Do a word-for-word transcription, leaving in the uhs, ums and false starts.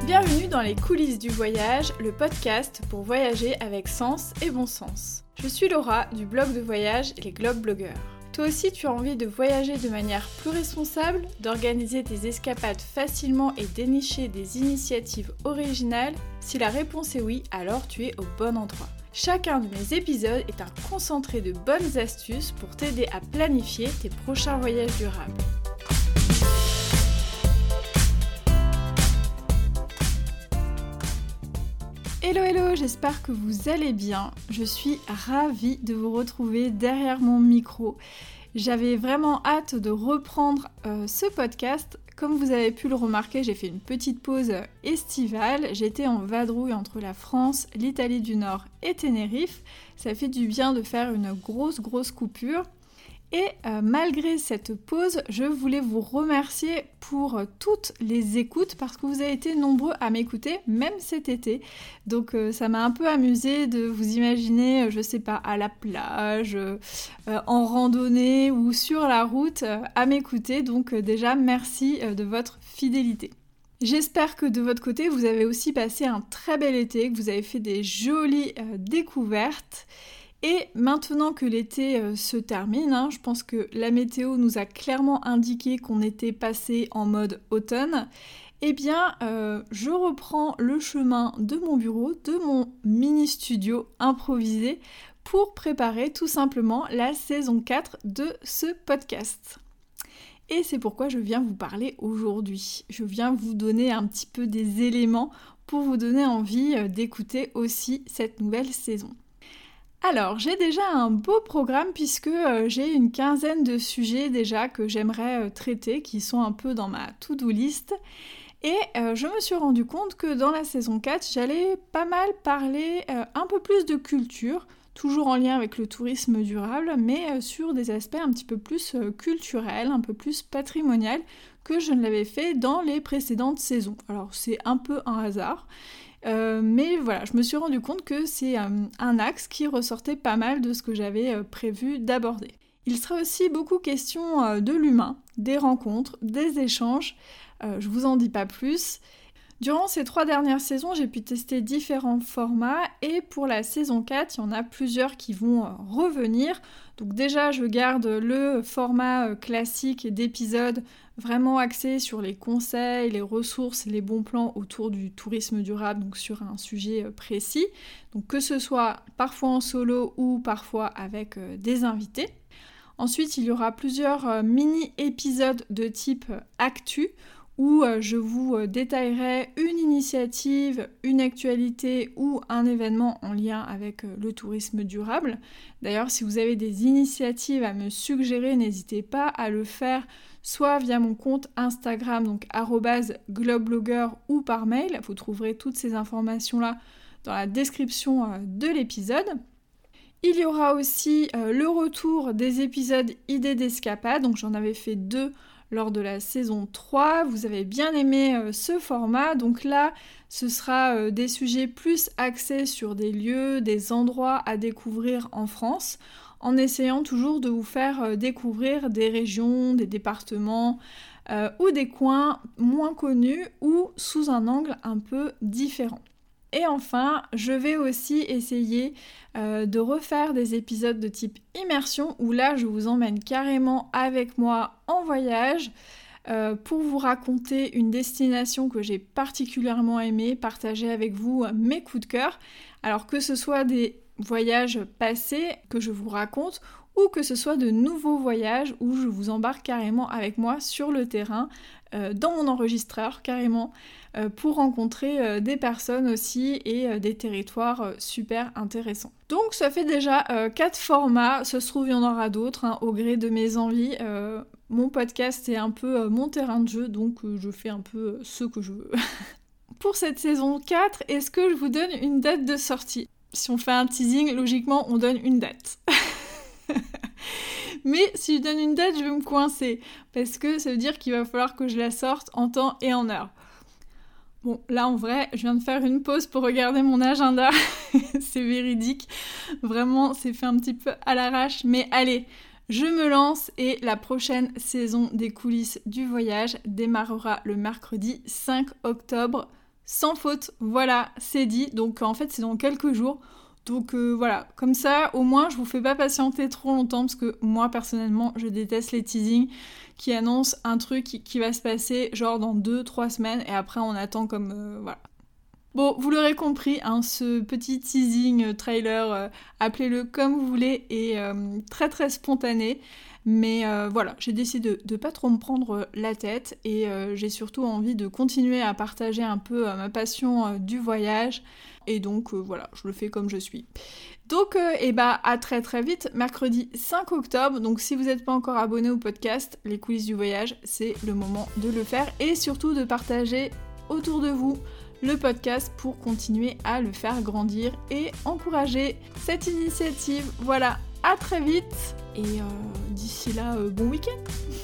Bienvenue dans les coulisses du voyage, le podcast pour voyager avec sens et bon sens. Je suis Laura du blog de voyage Les Globe Blogueurs. Toi aussi tu as envie de voyager de manière plus responsable, d'organiser tes escapades facilement et dénicher des initiatives originales? Si la réponse est oui, alors tu es au bon endroit. Chacun de mes épisodes est un concentré de bonnes astuces pour t'aider à planifier tes prochains voyages durables. Hello hello, j'espère que vous allez bien. Je suis ravie de vous retrouver derrière mon micro. J'avais vraiment hâte de reprendre euh, ce podcast. Comme vous avez pu le remarquer, j'ai fait une petite pause estivale. J'étais en vadrouille entre la France, l'Italie du Nord et Tenerife. Ça fait du bien de faire une grosse grosse coupure. Et euh, malgré cette pause, je voulais vous remercier pour euh, toutes les écoutes parce que vous avez été nombreux à m'écouter, même cet été. Donc euh, ça m'a un peu amusé de vous imaginer, euh, je sais pas, à la plage, euh, euh, en randonnée ou sur la route euh, à m'écouter. Donc euh, déjà, merci euh, de votre fidélité. J'espère que de votre côté, vous avez aussi passé un très bel été, que vous avez fait des jolies euh, découvertes. Et maintenant que l'été euh, se termine, hein, je pense que la météo nous a clairement indiqué qu'on était passé en mode automne, eh bien euh, je reprends le chemin de mon bureau, de mon mini studio improvisé pour préparer tout simplement la saison quatre de ce podcast. Et c'est pourquoi je viens vous parler aujourd'hui. Je viens vous donner un petit peu des éléments pour vous donner envie d'écouter aussi cette nouvelle saison. Alors, j'ai déjà un beau programme puisque euh, j'ai une quinzaine de sujets déjà que j'aimerais euh, traiter, qui sont un peu dans ma to-do list. Et euh, je me suis rendu compte que dans la saison quatre, j'allais pas mal parler euh, un peu plus de culture, toujours en lien avec le tourisme durable, mais euh, sur des aspects un petit peu plus euh, culturels, un peu plus patrimonial, que je ne l'avais fait dans les précédentes saisons. Alors, c'est un peu un hasard. Euh, mais voilà, je me suis rendu compte que c'est euh, un axe qui ressortait pas mal de ce que j'avais euh, prévu d'aborder. Il sera aussi beaucoup question euh, de l'humain, des rencontres, des échanges, euh, je vous en dis pas plus. Durant ces trois dernières saisons, j'ai pu tester différents formats et pour la saison quatre, il y en a plusieurs qui vont euh, revenir. Donc déjà, je garde le format euh, classique d'épisodes vraiment axé sur les conseils, les ressources, les bons plans autour du tourisme durable, donc sur un sujet euh, précis. Donc que ce soit parfois en solo ou parfois avec euh, des invités. Ensuite, il y aura plusieurs euh, mini-épisodes de type euh, actu, où je vous détaillerai une initiative, une actualité ou un événement en lien avec le tourisme durable. D'ailleurs, si vous avez des initiatives à me suggérer, n'hésitez pas à le faire soit via mon compte Instagram, donc arobase globeblogueur ou par mail. Vous trouverez toutes ces informations-là dans la description de l'épisode. Il y aura aussi le retour des épisodes idées d'escapade, donc j'en avais fait deux lors de la saison trois, vous avez bien aimé euh, ce format, donc là ce sera euh, des sujets plus axés sur des lieux, des endroits à découvrir en France, en essayant toujours de vous faire euh, découvrir des régions, des départements euh, ou des coins moins connus ou sous un angle un peu différent. Et enfin, je vais aussi essayer euh, de refaire des épisodes de type immersion où là, je vous emmène carrément avec moi en voyage euh, pour vous raconter une destination que j'ai particulièrement aimée, partager avec vous mes coups de cœur. Alors que ce soit des voyages passés que je vous raconte ou que ce soit de nouveaux voyages où je vous embarque carrément avec moi sur le terrain, euh, dans mon enregistreur carrément, euh, pour rencontrer euh, des personnes aussi et euh, des territoires euh, super intéressants. Donc ça fait déjà euh, quatre formats, ça se trouve il y en aura d'autres, hein, au gré de mes envies. Euh, mon podcast est un peu euh, mon terrain de jeu, donc euh, je fais un peu euh, ce que je veux. Pour cette saison quatre, est-ce que je vous donne une date de sortie ? Si on fait un teasing, logiquement on donne une date. Mais si je donne une date, je vais me coincer parce que ça veut dire qu'il va falloir que je la sorte en temps et en heure. Bon, là en vrai, je viens de faire une pause pour regarder mon agenda. C'est véridique. Vraiment, c'est fait un petit peu à l'arrache. Mais allez, je me lance et la prochaine saison des coulisses du voyage démarrera le mercredi cinq octobre sans faute. Voilà, c'est dit. Donc en fait, c'est dans quelques jours. Donc euh, voilà, comme ça, au moins, je vous fais pas patienter trop longtemps parce que moi, personnellement, je déteste les teasings qui annoncent un truc qui, qui va se passer genre dans deux trois semaines et après on attend comme... Euh, voilà. Bon, vous l'aurez compris, hein, ce petit teasing euh, trailer, euh, appelez-le comme vous voulez, est euh, très très spontané. Mais euh, voilà, j'ai décidé de, de pas trop me prendre la tête et euh, j'ai surtout envie de continuer à partager un peu euh, ma passion euh, du voyage. Et donc euh, voilà, je le fais comme je suis. Donc euh, et bah à très très vite, mercredi cinq octobre. Donc si vous n'êtes pas encore abonné au podcast Les coulisses du voyage, c'est le moment de le faire et surtout de partager autour de vous le podcast pour continuer à le faire grandir et encourager cette initiative. Voilà, à très vite et euh, d'ici là, euh, bon week-end.